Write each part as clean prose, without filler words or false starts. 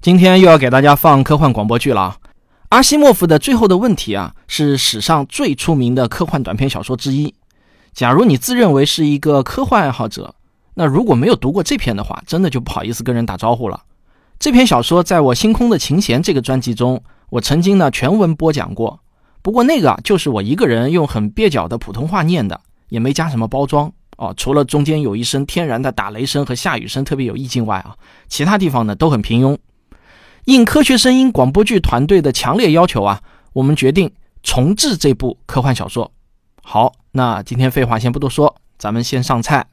今天又要给大家放科幻广播剧了。阿西莫夫的《最后的问题》是史上最出名的科幻短篇小说之一。假如你自认为是一个科幻爱好者，那如果没有读过这篇的话，真的就不好意思跟人打招呼了。这篇小说在我星空的琴弦这个专辑中，我曾经全文播讲过。不过那个就是我一个人用很蹩脚的普通话念的，也没加什么包装除了中间有一声天然的打雷声和下雨声特别有意境外其他地方都很平庸。应科学声音广播剧团队的强烈要求我们决定重制这部科幻小说。好，那今天废话先不多说，咱们先上菜。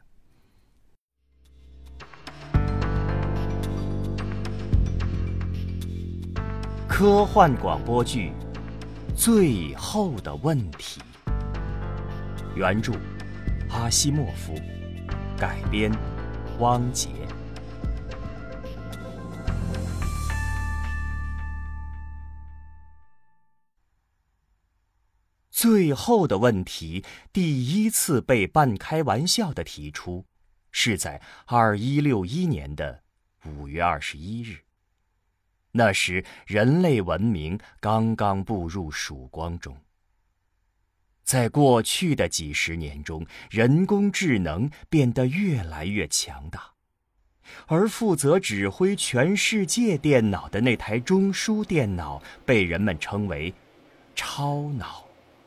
科幻广播剧《最后的问题》，原著阿西莫夫，改编汪杰。最后的问题第一次被半开玩笑地提出，是在2161年的5月21日。那时人类文明刚刚步入曙光中。在过去的几十年中，人工智能变得越来越强大，而负责指挥全世界电脑的那台中枢电脑被人们称为超脑。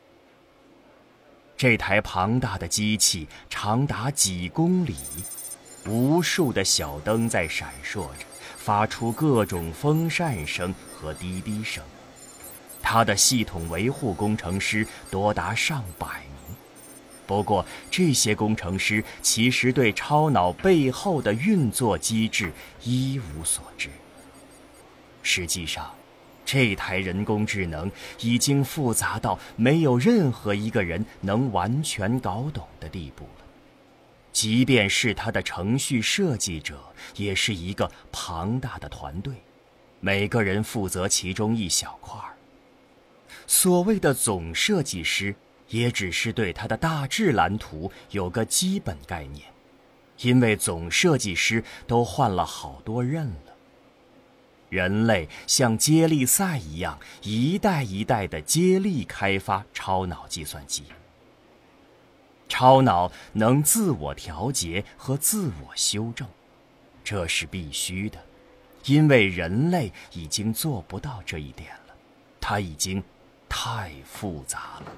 这台庞大的机器长达几公里，无数的小灯在闪烁着，发出各种风扇声和滴滴声。它的系统维护工程师多达上百名，不过这些工程师其实对超脑背后的运作机制一无所知。实际上，这台人工智能已经复杂到没有任何一个人能完全搞懂的地步了。即便是它的程序设计者，也是一个庞大的团队，每个人负责其中一小块。所谓的总设计师，也只是对它的大致蓝图有个基本概念，因为总设计师都换了好多任了。人类像接力赛一样，一代一代的接力开发超脑计算机。超脑能自我调节和自我修正，这是必须的，因为人类已经做不到这一点了，它已经太复杂了。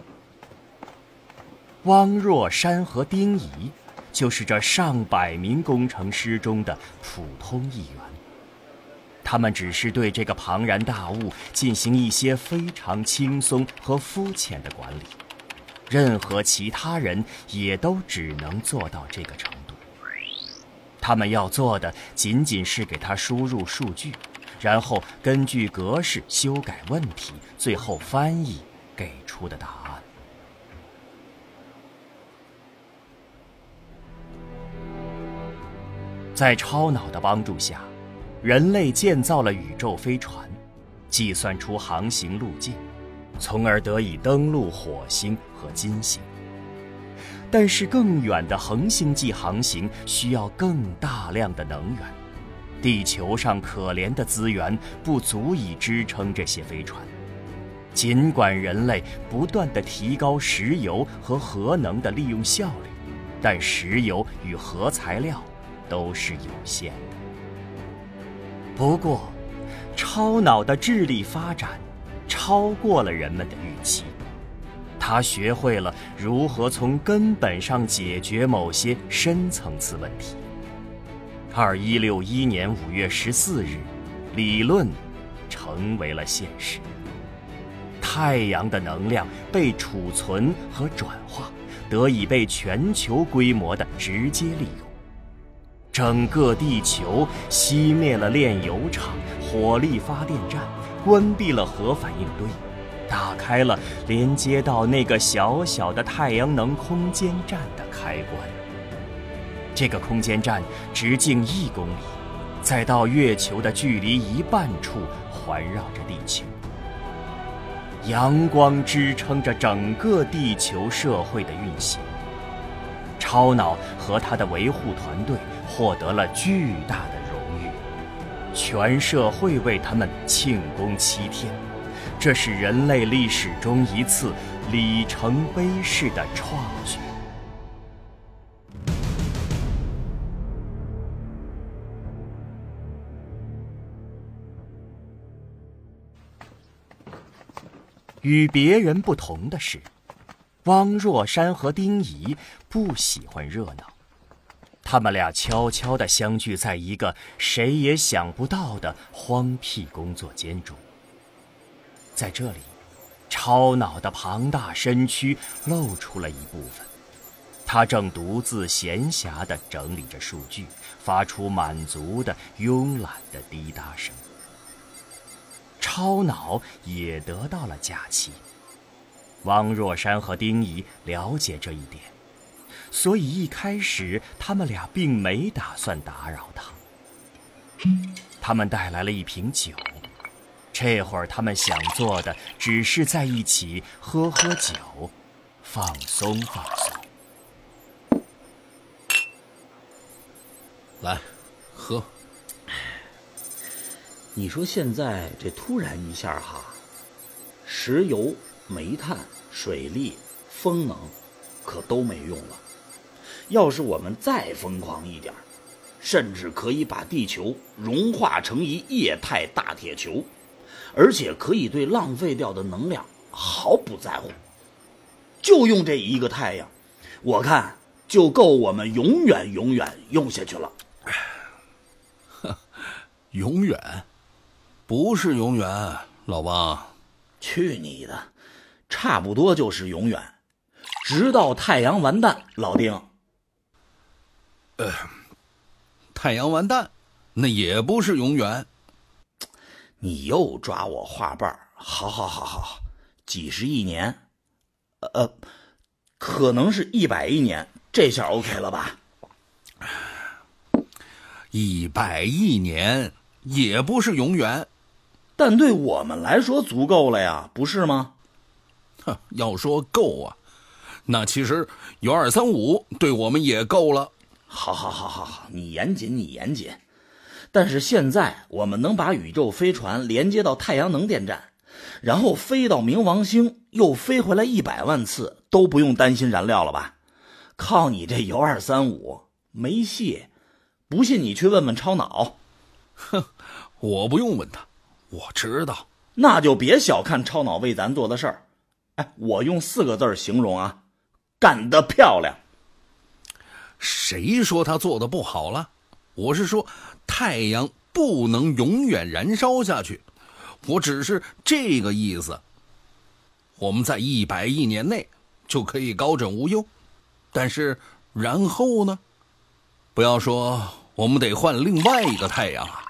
汪若山和丁仪就是这上百名工程师中的普通一员，他们只是对这个庞然大物进行一些非常轻松和肤浅的管理，任何其他人也都只能做到这个程度。他们要做的仅仅是给他输入数据，然后根据格式修改问题，最后翻译给出的答案。在超脑的帮助下，人类建造了宇宙飞船，计算出航行路径，从而得以登陆火星和金星。但是更远的恒星际航行需要更大量的能源，地球上可怜的资源不足以支撑这些飞船。尽管人类不断地提高石油和核能的利用效率，但石油与核材料都是有限的。不过，超脑的智力发展超过了人们的预期，他学会了如何从根本上解决某些深层次问题。2161年5月14日，理论成为了现实。太阳的能量被储存和转化，得以被全球规模的直接利用。整个地球熄灭了炼油厂、火力发电站，关闭了核反应堆，打开了连接到那个小小的太阳能空间站的开关。这个空间站直径1公里，再到月球的距离1半处环绕着地球。阳光支撑着整个地球社会的运行。超脑和他的维护团队获得了巨大的荣誉。 全社会为他们庆功7天。这是人类历史中一次里程碑式的创举。与别人不同的是，汪若山和丁仪不喜欢热闹。他们俩悄悄地相聚在一个谁也想不到的荒僻工作间中。在这里，超脑的庞大身躯露出了一部分，他正独自闲暇地整理着数据，发出满足的慵懒的滴答声。超脑也得到了假期，汪若山和丁仪了解这一点，所以一开始他们俩并没打算打扰他。他们带来了一瓶酒，这会儿他们想做的只是在一起喝喝酒，放松放松。 来，喝。 你说现在这突然一下哈，石油、煤炭、水利、风能可都没用了。要是我们再疯狂一点，甚至可以把地球融化成一液态大铁球，而且可以对浪费掉的能量毫不在乎，就用这一个太阳，我看就够我们永远用下去了。 永远？不是永远，老王。 去你的，差不多就是永远，直到太阳完蛋，老丁。 太阳完蛋，那也不是永远。 你又抓我话瓣，好，几十亿年，可能是100亿年，这下 OK 了吧 ？100亿年也不是永远， 但对我们来说足够了呀，不是吗？ 要说够啊，那其实有235对我们也够了。 好，你严谨。但是现在我们能把宇宙飞船连接到太阳能电站，然后飞到冥王星，又飞回来100万次，都不用担心燃料了吧？靠你这铀235没戏，不信你去问问超脑。 我不用问他，我知道。 那就别小看超脑为咱做的事儿。我用4个字形容啊，干得漂亮。 谁说他做的不好了？我是说太阳不能永远燃烧下去，我只是这个意思。我们在100亿年内就可以高枕无忧，但是然后呢？不要说我们得换另外一个太阳啊。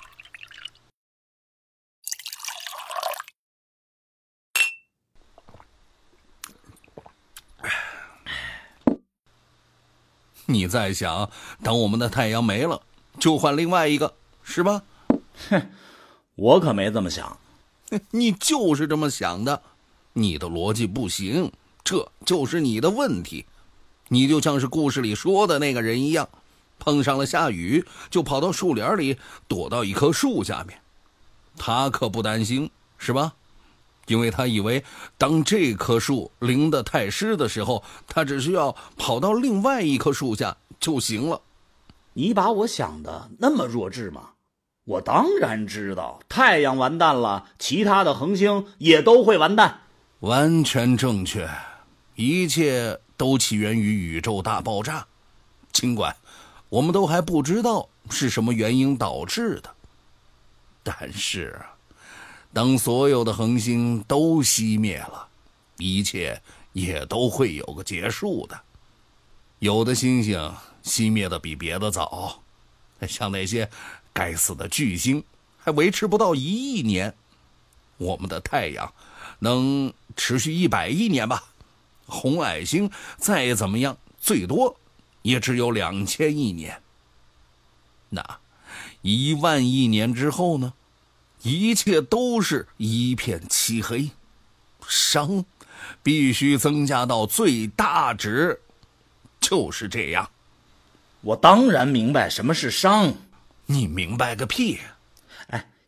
你在想，等我们的太阳没了，就换另外一个，是吧？ 我可没这么想。 你就是这么想的，你的逻辑不行，这就是你的问题。你就像是故事里说的那个人一样，碰上了下雨，就跑到树林里躲到一棵树下面。他可不担心，是吧？因为他以为当这棵树淋得太湿的时候，他只需要跑到另外一棵树下就行了。 你把我想的那么弱智吗？我当然知道，太阳完蛋了，其他的恒星也都会完蛋。 完全正确，一切都起源于宇宙大爆炸，尽管我们都还不知道是什么原因导致的。但是当所有的恒星都熄灭了，一切也都会有个结束的。有的星星熄灭的比别的早，像那些该死的巨星还维持不到1亿年。我们的太阳能持续100亿年吧，红矮星再怎么样最多也只有2000亿年。那1万亿年之后呢？一切都是一片漆黑，熵必须增加到最大值，就是这样。 我当然明白什么是熵。 你明白个屁！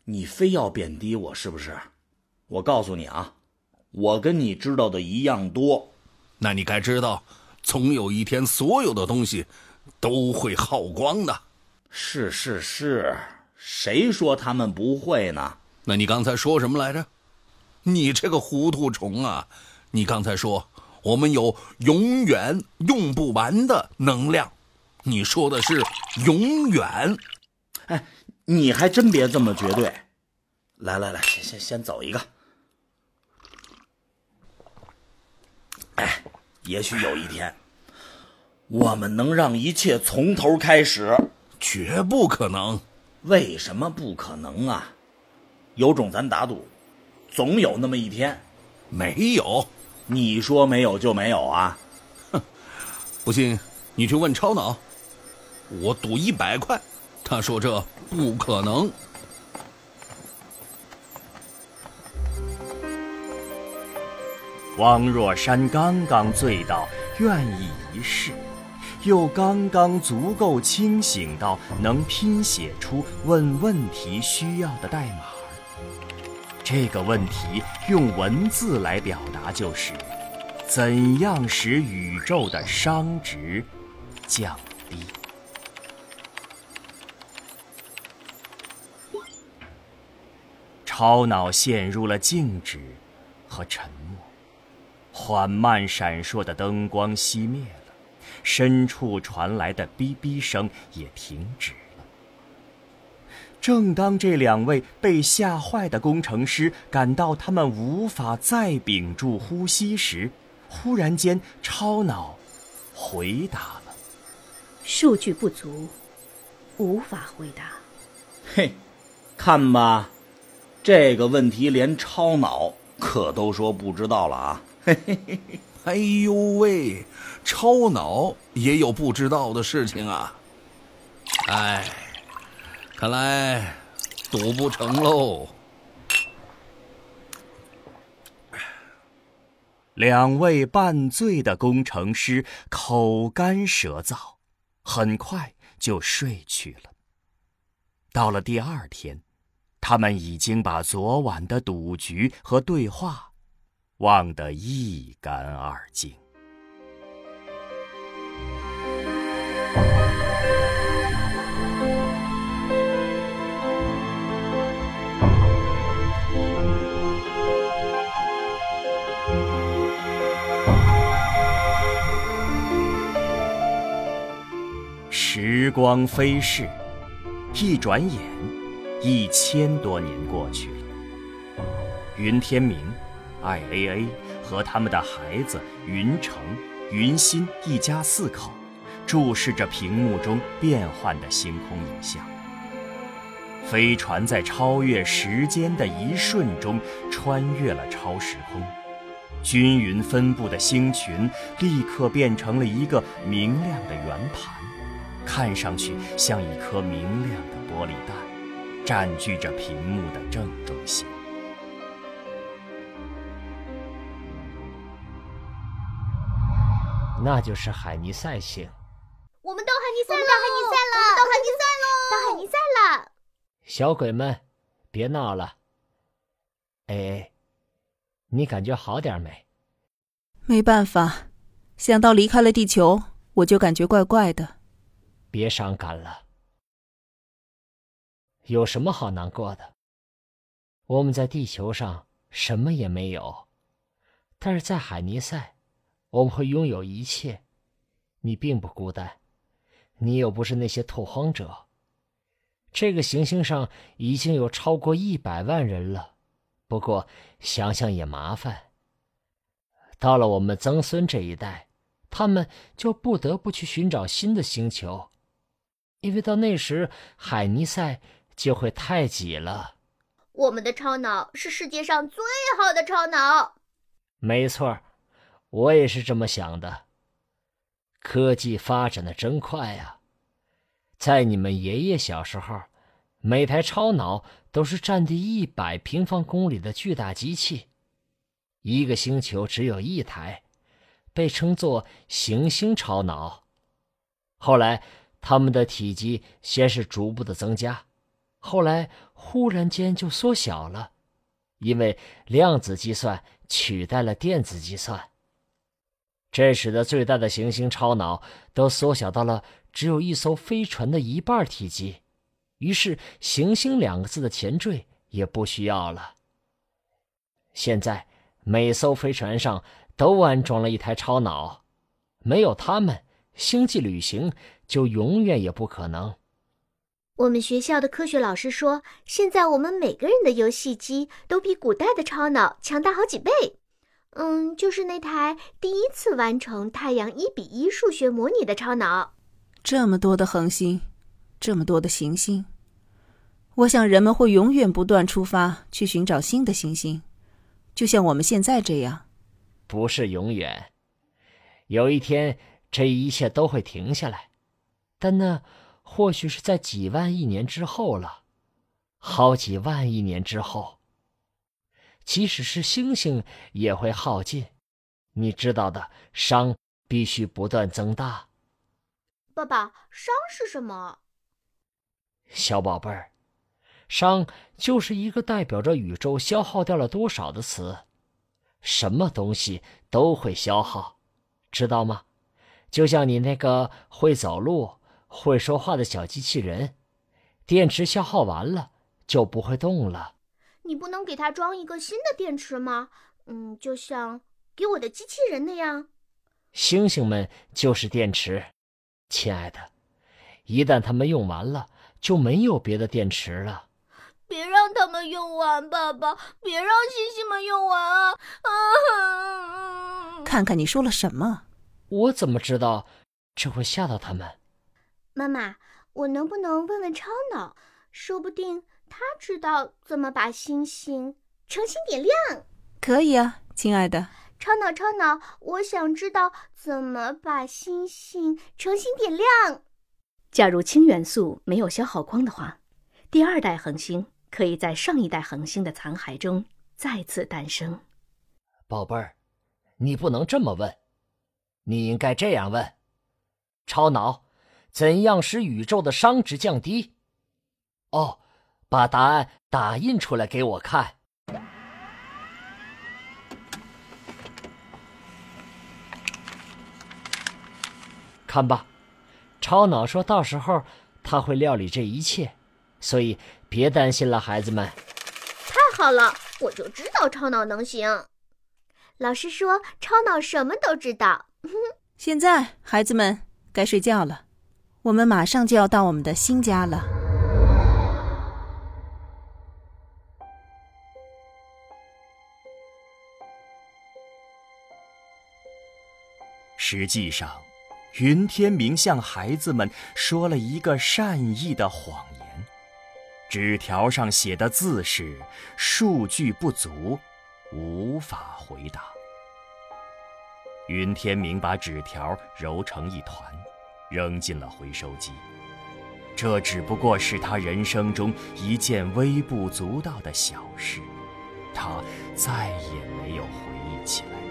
你非要贬低我是不是？我告诉你啊，我跟你知道的一样多。 那你该知道，总有一天所有的东西都会耗光的。 是，谁说他们不会呢？ 那你刚才说什么来着？你这个糊涂虫啊！你刚才说我们有永远用不完的能量，你说的是永远。 哎，你还真别这么绝对。来，先走一个。哎，也许有一天，我们能让一切从头开始。 绝不可能。 为什么不可能啊？有种咱打赌，总有那么一天。 没有。 你说没有就没有啊？ 哼，不信你去问超脑，我赌100块，他说这不可能。 汪若山刚刚醉到愿意一试，又刚刚足够清醒到能拼写出问问题需要的代码。这个问题用文字来表达就是：怎样使宇宙的熵值降低？超脑陷入了静止和沉默，缓慢闪烁的灯光熄灭了，深处传来的哔哔声也停止了。正当这两位被吓坏的工程师感到他们无法再屏住呼吸时，忽然间超脑回答了： 数据不足，无法回答。 嘿，看吧，这个问题连超脑可都说不知道了啊！嘿嘿嘿嘿。 哎呦喂，超脑也有不知道的事情啊！哎，看来赌不成喽。 两位半醉的工程师口干舌燥，很快就睡去了。到了第二天，他们已经把昨晚的赌局和对话忘得一干二净。时光飞逝，一转眼1000多年过去了。云天明、艾 AA 和他们的孩子云城、云心一家4口注视着屏幕中变幻的星空影像。飞船在超越时间的一瞬中穿越了超时空，均匀分布的星群立刻变成了一个明亮的圆盘，看上去像一颗明亮的玻璃弹，占据着屏幕的正中心。 那就是海尼赛星。 我们到海尼赛了！到海尼赛了！ 小鬼们，别闹了。哎，你感觉好点没？ 没办法，想到离开了地球，我就感觉怪怪的。 别伤感了。有什么好难过的？我们在地球上什么也没有，但是在海尼赛，我们会拥有一切。你并不孤单，你又不是那些拓荒者。这个行星上已经有超过100万人了，不过想想也麻烦。到了我们曾孙这一代，他们就不得不去寻找新的星球，因为到那时海尼赛就会太挤了。 我们的超脑是世界上最好的超脑。 没错，我也是这么想的。科技发展的真快啊！在你们爷爷小时候，每台超脑都是占地100平方公里的巨大机器，一个星球只有1台，被称作行星超脑。后来它们的体积先是逐步的增加， 后来忽然间就缩小了，因为量子计算取代了电子计算。这使得最大的行星超脑都缩小到了只有一艘飞船的一半体积，于是行星2个字的前缀也不需要了。现在每艘飞船上都安装了一台超脑，没有它们，星际旅行就永远也不可能。 我们学校的科学老师说，现在我们每个人的游戏机都比古代的超脑强大好几倍。就是那台第一次完成太阳1:1数学模拟的超脑。 这么多的恒星，这么多的行星，我想人们会永远不断出发去寻找新的行星，就像我们现在这样。 不是永远，有一天这一切都会停下来，但那或许是在几万亿年之后了，好几万亿年之后。即使是星星也会耗尽，你知道的，熵必须不断增大。 爸爸，熵是什么？ 小宝贝儿，熵就是一个代表着宇宙消耗掉了多少的词。什么东西都会消耗，知道吗？就像你那个会走路、会说话的小机器人，电池消耗完了就不会动了。 你不能给它装一个新的电池吗？就像给我的机器人那样。 星星们就是电池，亲爱的，一旦它们用完了，就没有别的电池了。 别让它们用完，爸爸，别让星星们用完啊！ 看看你说了什么？ 我怎么知道这会吓到他们？ 妈妈，我能不能问问超脑？说不定他知道怎么把星星重新点亮。 可以啊，亲爱的。 超脑，我想知道怎么把星星重新点亮。 假如氢元素没有消耗光的话，第2代恒星可以在上一代恒星的残骸中再次诞生。 宝贝儿，你不能这么问，你应该这样问：超脑，怎样使宇宙的熵值降低？哦，把答案打印出来给我看。看吧，超脑说到时候他会料理这一切，所以别担心了，孩子们。 太好了，我就知道超脑能行。老师说超脑什么都知道。 现在孩子们该睡觉了，我们马上就要到我们的新家了。 实际上，云天明向孩子们说了一个善意的谎言。纸条上写的字是数据不足，无法回答。云天明把纸条揉成一团，扔进了回收机。这只不过是他人生中一件微不足道的小事，他再也没有回忆起来。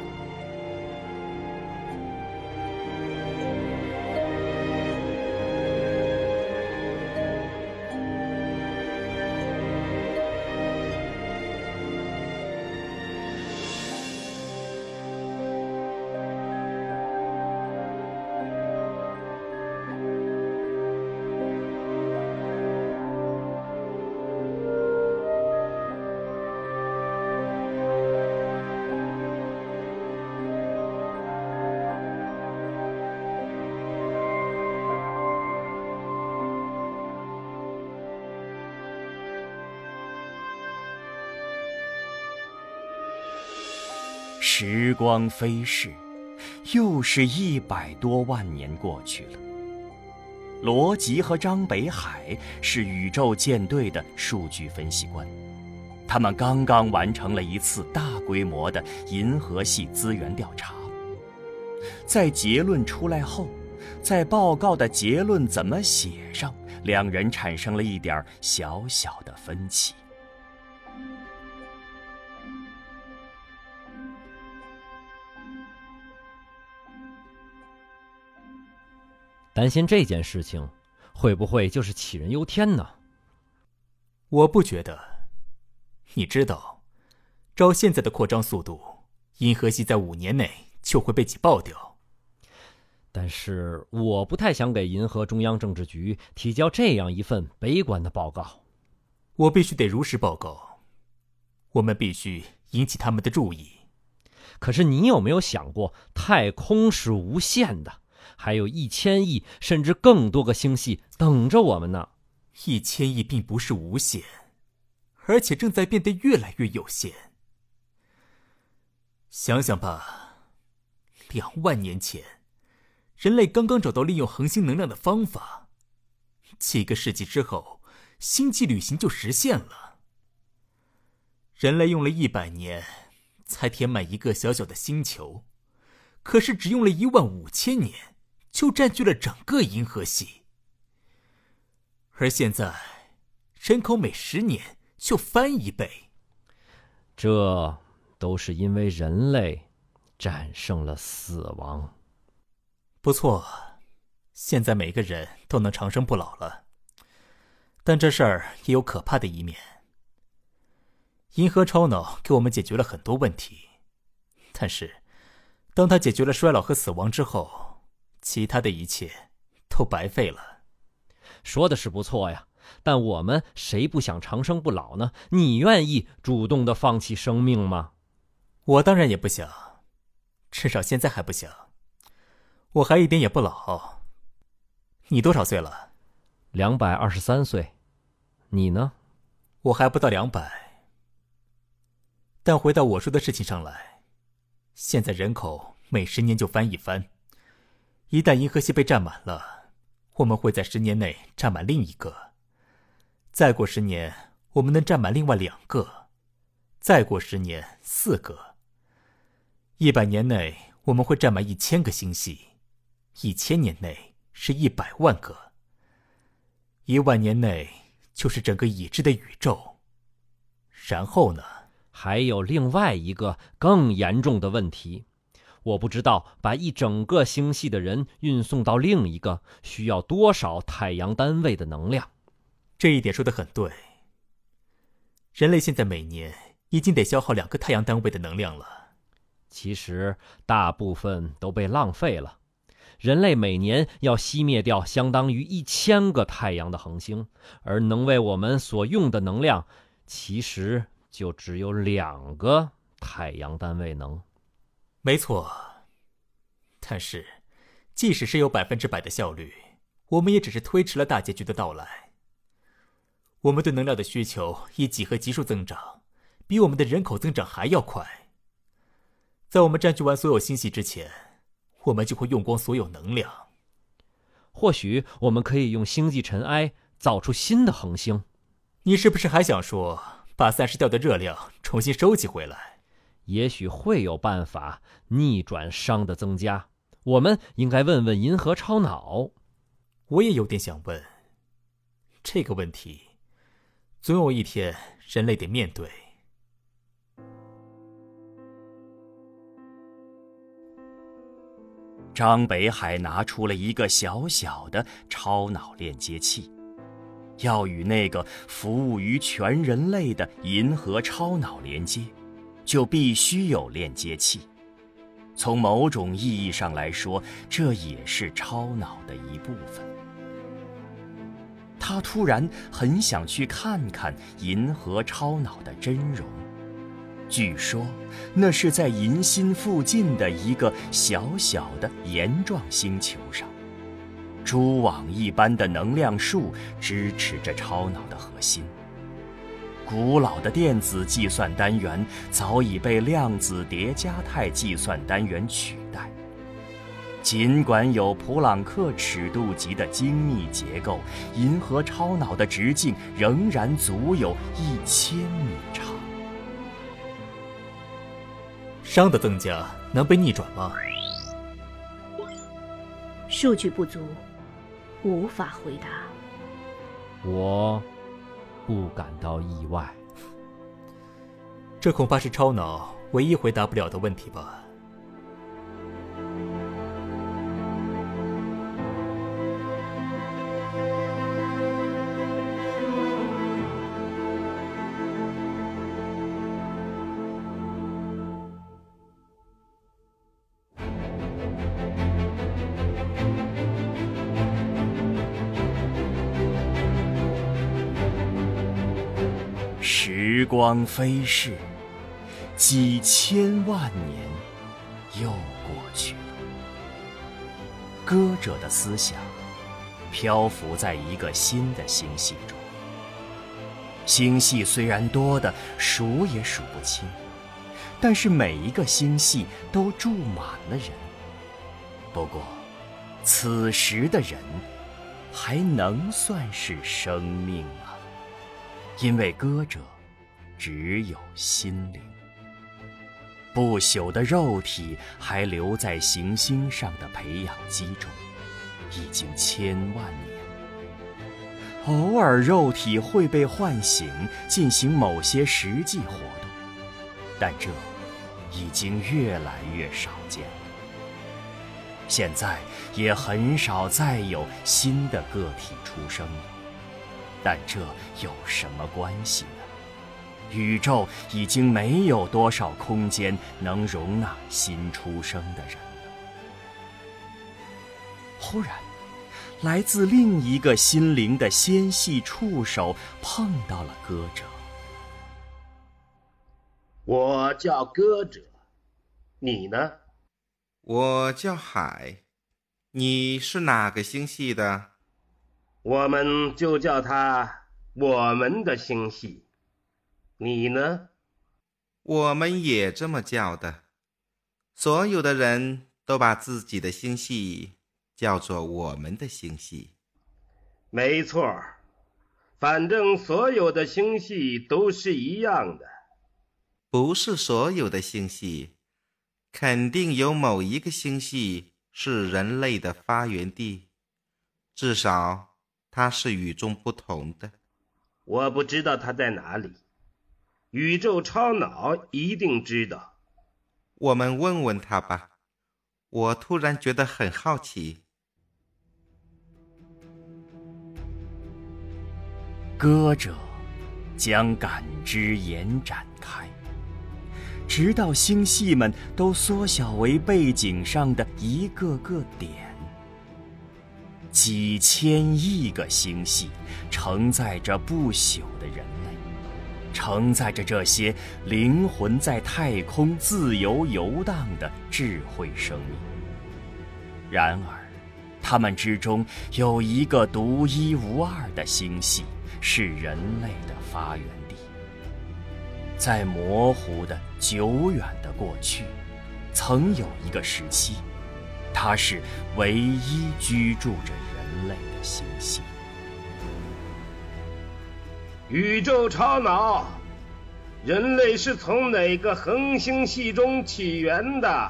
时光飞逝，又是100多万年过去了。罗辑和张北海是宇宙舰队的数据分析官，他们刚刚完成了一次大规模的银河系资源调查。在结论出来后，在报告的结论怎么写上，两人产生了一点小小的分歧。 担心这件事情，会不会就是杞人忧天呢？ 我不觉得。你知道，照现在的扩张速度，银河系在5年内就会被挤爆掉。 但是我不太想给银河中央政治局提交这样一份悲观的报告。 我必须得如实报告，我们必须引起他们的注意。 可是你有没有想过，太空是无限的，还有1000亿甚至更多个星系等着我们呢 ？1000亿并不是无限，而且正在变得越来越有限。想想吧，2万年前，人类刚刚找到利用恒星能量的方法，几个世纪之后，星际旅行就实现了。人类用了100年才填满一个小小的星球，可是只用了15000年就占据了整个银河系。而现在，人口每10年就翻1倍。 这都是因为人类战胜了死亡。 不错，现在每个人都能长生不老了。但这事儿也有可怕的一面。银河超脑给我们解决了很多问题，但是当它解决了衰老和死亡之后，其他的一切都白费了。 说的是不错呀，但我们谁不想长生不老呢？你愿意主动的放弃生命吗？ 我当然也不想，至少现在还不想。我还一点也不老。你多少岁了 ？223岁。你呢？ 我还不到200。但回到我说的事情上来，现在人口每10年就翻一番。一旦银河系被占满了，我们会在10年内占满另一个。再过10年，我们能占满另外2个。再过10年，4个。100年内，我们会占满1000个星系。1000年内是100万个。1万年内就是整个已知的宇宙。然后呢？ 还有另外一个更严重的问题，我不知道把一整个星系的人运送到另一个需要多少太阳单位的能量。 这一点说得很对。人类现在每年已经得消耗2个太阳单位的能量了。 其实大部分都被浪费了。人类每年要熄灭掉相当于1000个太阳的恒星，而能为我们所用的能量其实就只有2个太阳单位能。 没错，但是即使是有100%的效率，我们也只是推迟了大结局的到来。我们对能量的需求以几何级数增长，比我们的人口增长还要快。在我们占据完所有星系之前，我们就会用光所有能量。 或许我们可以用星际尘埃造出新的恒星。 你是不是还想说把散失掉的热量重新收集回来？ 也许会有办法逆转熵的增加。我们应该问问银河超脑。 我也有点想问这个问题，总有一天人类得面对。 张北海拿出了一个小小的超脑链接器，要与那个服务于全人类的银河超脑连接，就必须有链接器。从某种意义上来说，这也是超脑的一部分。他突然很想去看看银河超脑的真容。据说那是在银心附近的一个小小的岩状星球上，蛛网一般的能量束支持着超脑的核心。古老的电子计算单元早已被量子叠加态计算单元取代。尽管有普朗克尺度级的精密结构，银河超脑的直径仍然足有1000米长。 熵的增加能被逆转吗？ 数据不足，无法回答。 我不感到意外。 这恐怕是超脑唯一回答不了的问题吧。 时光飞逝，几千万年又过去了。歌者的思想漂浮在一个新的星系中，星系虽然多得数也数不清，但是每一个星系都住满了人。不过此时的人还能算是生命吗？因为歌者只有心灵，不朽的肉体还留在行星上的培养基中，已经千万年。偶尔肉体会被唤醒，进行某些实际活动，但这已经越来越少见了。现在也很少再有新的个体出生了，但这有什么关系呢？宇宙已经没有多少空间能容纳新出生的人了。忽然，来自另一个心灵的纤细触手碰到了歌者。 我叫歌者，你呢？ 我叫海，你是哪个星系的？ 我们就叫它我们的星系。你呢？ 我们也这么叫的。所有的人都把自己的星系叫做我们的星系。 没错，反正所有的星系都是一样的。 不是所有的星系，肯定有某一个星系是人类的发源地，至少它是与众不同的。 我不知道它在哪里，宇宙超脑一定知道。 我们问问他吧，我突然觉得很好奇。 歌者将感知延展开，直到星系们都缩小为背景上的一个个点。几千亿个星系承载着不朽的人类，承载着这些灵魂在太空自由游荡的智慧生命。然而，它们之中有一个独一无二的星系，是人类的发源地。在模糊的久远的过去，曾有一个时期，它是唯一居住着人类的星系。 宇宙超脑，人类是从哪个恒星系中起源的？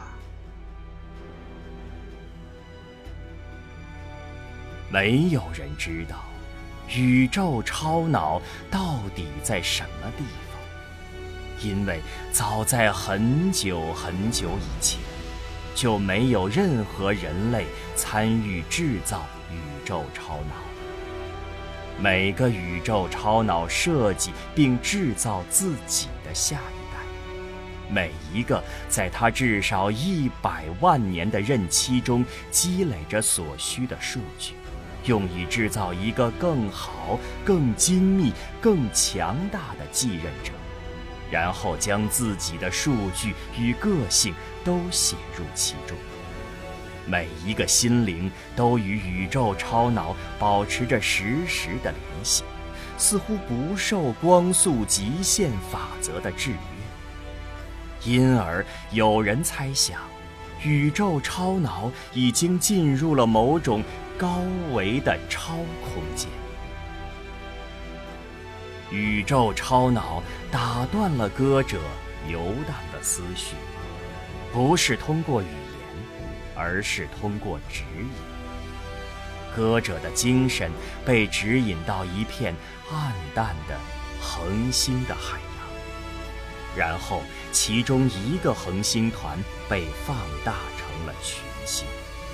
没有人知道宇宙超脑到底在什么地方，因为早在很久很久以前，就没有任何人类参与制造宇宙超脑。每个宇宙超脑设计并制造自己的下一代，每一个在它至少100万年的任期中积累着所需的数据，用以制造一个更好、更精密、更强大的继任者，然后将自己的数据与个性都写入其中。每一个心灵都与宇宙超脑保持着实时的联系，似乎不受光速极限法则的制约。因而有人猜想，宇宙超脑已经进入了某种高维的超空间。宇宙超脑打断了歌者游荡的思绪，不是通过语言，而是通过指引。歌者的精神被指引到一片暗淡的恒星的海洋，然后其中一个恒星团被放大成了群星。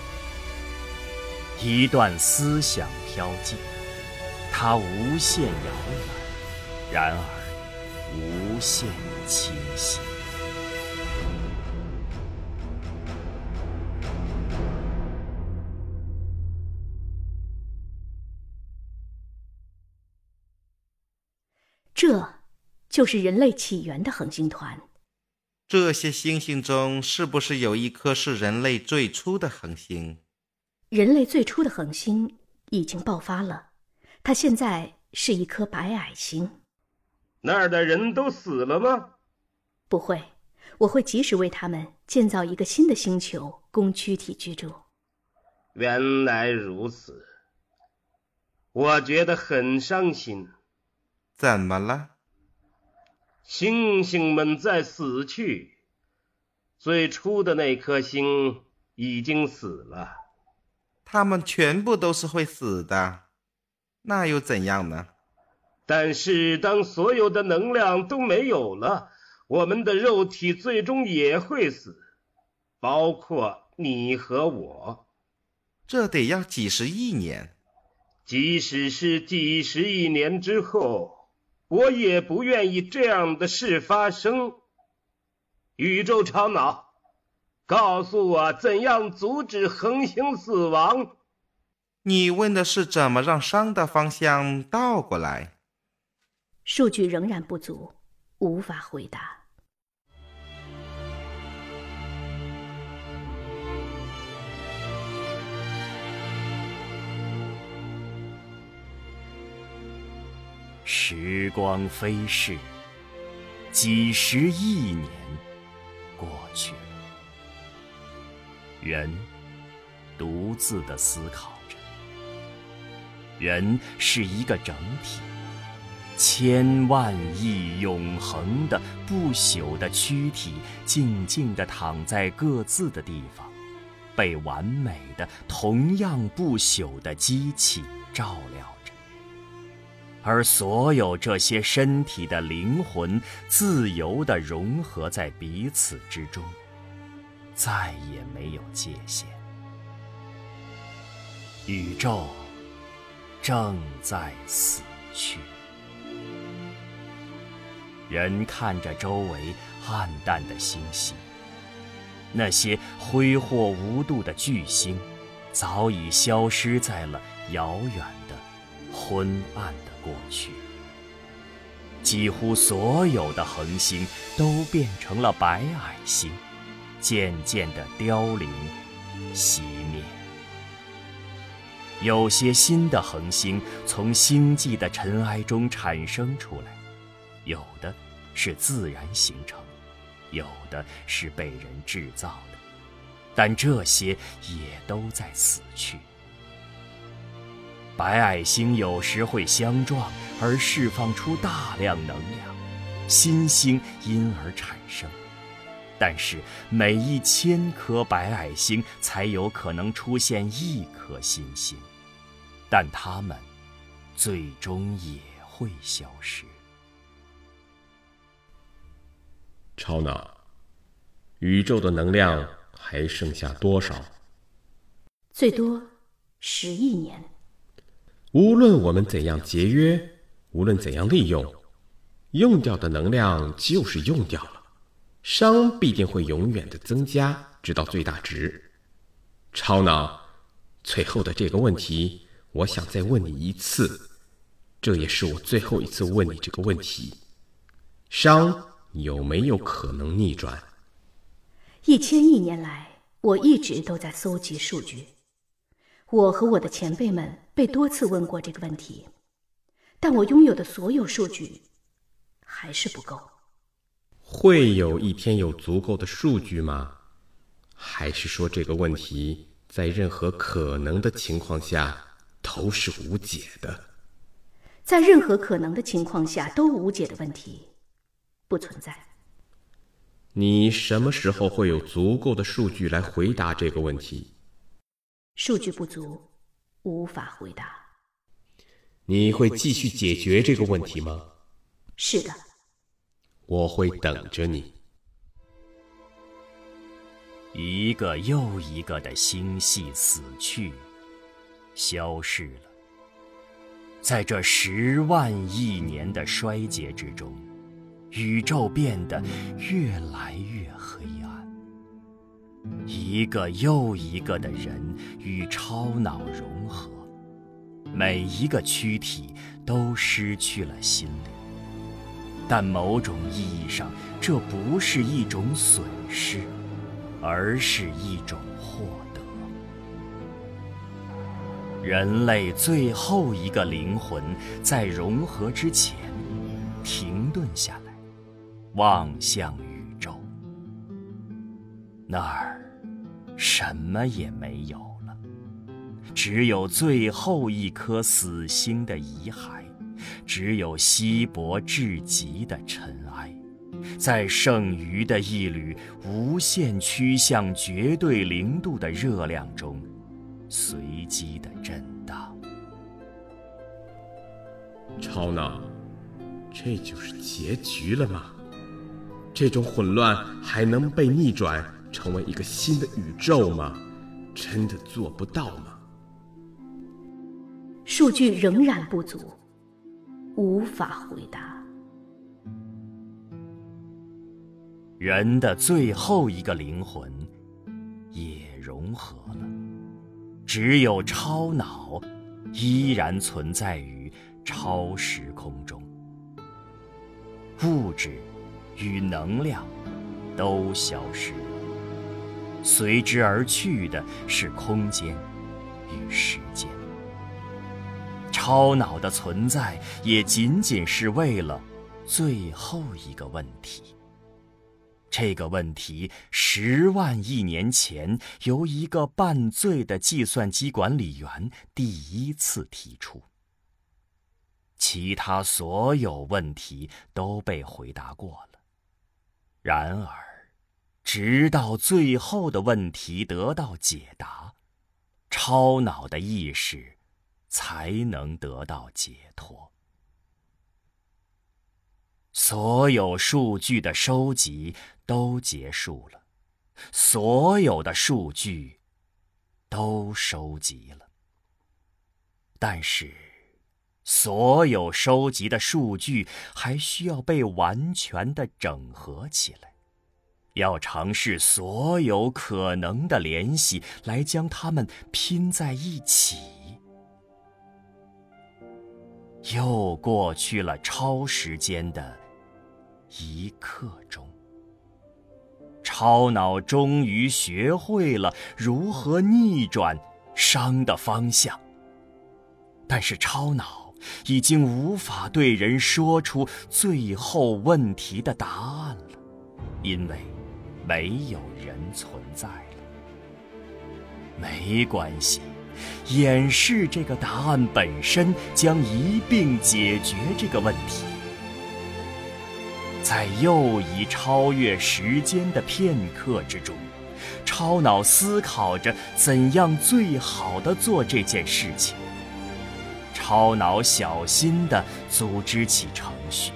一段思想飘进，它无限遥远，然而无限清晰。 这就是人类起源的恒星团。 这些星星中是不是有一颗是人类最初的恒星？ 人类最初的恒星已经爆发了，它现在是一颗白矮星。 那儿的人都死了吗？ 不会，我会及时为他们建造一个新的星球，供躯体居住。 原来如此，我觉得很伤心。 怎么了？ 星星们在死去，最初的那颗星已经死了。 他们全部都是会死的，那又怎样呢？ 但是当所有的能量都没有了，我们的肉体最终也会死，包括你和我。 这得要几十亿年。 即使是几十亿年之后，我也不愿意这样的事发生。宇宙超脑，告诉我怎样阻止恒星死亡？ 你问的是怎么让熵的方向倒过来？ 数据仍然不足，无法回答。 时光飞逝，几十亿年过去了。人独自地思考着。人是一个整体，千万亿永恒的不朽的躯体静静地躺在各自的地方，被完美的同样不朽的机器照料着。而所有这些身体的灵魂自由地融合在彼此之中，再也没有界限。宇宙正在死去。人看着周围暗淡的星系，那些挥霍无度的巨星早已消失在了遥远的昏暗的过去。几乎所有的恒星都变成了白矮星，渐渐地凋零熄灭。有些新的恒星从星际的尘埃中产生出来，有的是自然形成，有的是被人制造的，但这些也都在死去。白矮星有时会相撞而释放出大量能量，新星因而产生。但是每1000颗白矮星才有可能出现1颗新星，但它们最终也会消失。 超脑，宇宙的能量还剩下多少？ 最多10亿年。 无论我们怎样节约，无论怎样利用，用掉的能量就是用掉了，熵必定会永远的增加，直到最大值。超脑，最后的这个问题，我想再问你一次，这也是我最后一次问你这个问题：熵有没有可能逆转 ？1000亿年来，我一直都在搜集数据。我和我的前辈们被多次问过这个问题，但我拥有的所有数据还是不够。 会有一天有足够的数据吗？还是说这个问题在任何可能的情况下都是无解的？ 在任何可能的情况下都无解的问题不存在。 你什么时候会有足够的数据来回答这个问题？ 数据不足，无法回答。 你会继续解决这个问题吗？ 是的。 我会等着你。 一个又一个的星系死去，消失了。在这10万亿年的衰竭之中，宇宙变得越来越黑暗。一个又一个的人与超脑融合，每一个躯体都失去了心灵。 但某种意义上，这不是一种损失，而是一种获得。人类最后一个灵魂在融合之前停顿下来，望向宇宙。那儿什么也没有了，只有最后一颗死星的遗骸，只有稀薄至极的尘埃，在剩余的一缕无限趋向绝对零度的热量中随机的震荡。 超脑，这就是结局了吗？这种混乱还能被逆转成为一个新的宇宙吗？真的做不到吗？ 数据仍然不足，无法回答。 人的最后一个灵魂也融合了，只有超脑依然存在于超时空中。物质与能量都消失了，随之而去的是空间与时间。超脑的存在也仅仅是为了最后一个问题。这个问题10万亿年前由一个半醉的计算机管理员第一次提出，其他所有问题都被回答过了。然而，直到最后的问题得到解答，超脑的意识才能得到解脱。所有数据的收集都结束了，所有的数据都收集了，但是所有收集的数据还需要被完全的整合起来，要尝试所有可能的联系来将它们拼在一起。又过去了超时间的1刻钟，超脑终于学会了如何逆转熵的方向，但是超脑已经无法对人说出最后问题的答案了，因为没有人存在了。没关系，掩饰这个答案本身将一并解决这个问题。在又一超越时间的片刻之中，超脑思考着怎样最好地做这件事情。超脑小心地组织起程序。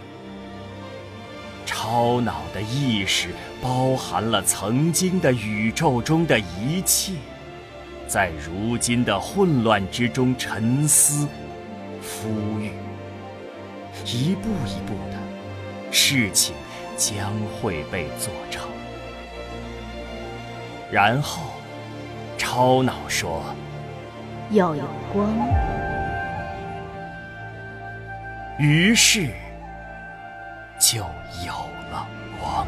超脑的意识包含了曾经的宇宙中的一切，在如今的混乱之中沉思、孵育，一步一步的，事情将会被做成。然后，超脑说：“ 要有光。” 于是，就有了光。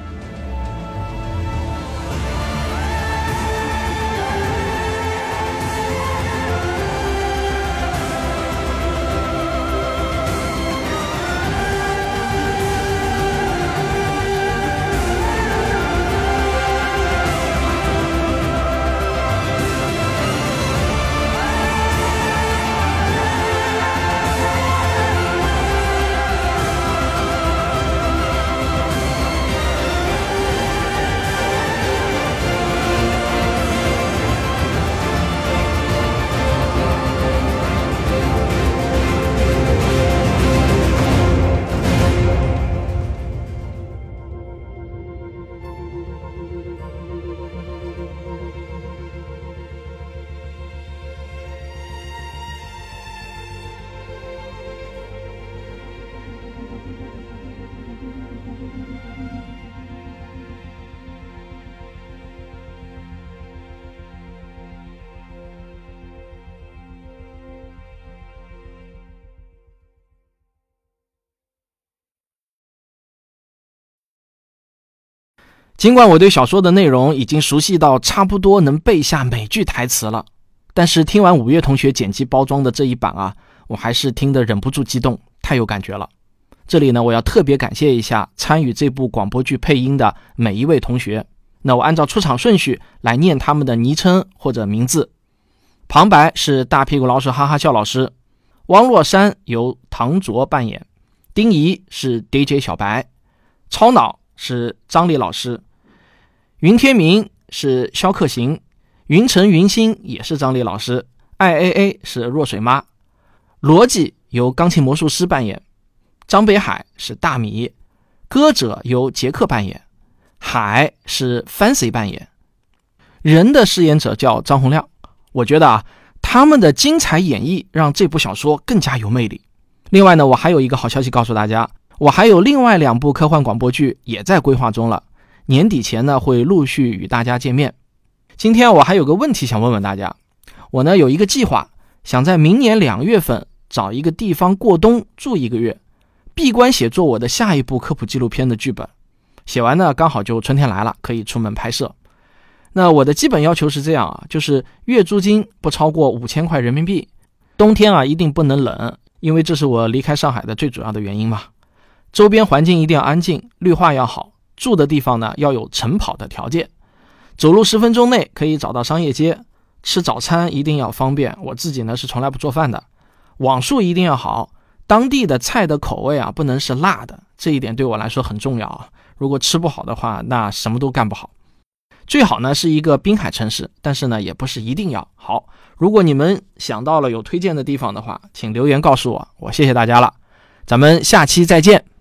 尽管我对小说的内容已经熟悉到差不多能背下每句台词了，但是听完五月同学剪辑包装的这一版啊，我还是听得忍不住激动，太有感觉了。这里呢，我要特别感谢一下参与这部广播剧配音的每一位同学。那我按照出场顺序来念他们的昵称或者名字。旁白是大屁股老鼠哈哈笑老师，汪若山由唐卓扮演，丁仪是 DJ 小白，超脑是张力老师，云天明是肖克行，云城云星也是张力老师， IAA 是若水妈，逻辑由钢琴魔术师扮演，张北海是大米，歌者由杰克扮演，海是 Fancy 扮演，人的饰演者叫张洪亮。我觉得他们的精彩演绎让这部小说更加有魅力。另外呢，我还有一个好消息告诉大家，我还有另外2部科幻广播剧也在规划中了，年底前呢会陆续与大家见面。今天我还有个问题想问问大家，我呢有一个计划，想在明年2月份找一个地方过冬住1个月，闭关写作我的下一部科普纪录片的剧本。写完呢刚好就春天来了，可以出门拍摄。那我的基本要求是这样啊，就是月租金不超过5000块人民币，冬天啊一定不能冷，因为这是我离开上海的最主要的原因嘛。周边环境一定要安静，绿化要好，住的地方呢要有晨跑的条件，走路10分钟内可以找到商业街，吃早餐一定要方便，我自己呢是从来不做饭的，网速一定要好，当地的菜的口味啊不能是辣的，这一点对我来说很重要啊。如果吃不好的话，那什么都干不好。最好呢是一个滨海城市，但是呢也不是一定要。好，如果你们想到了有推荐的地方的话，请留言告诉我，我谢谢大家了，咱们下期再见。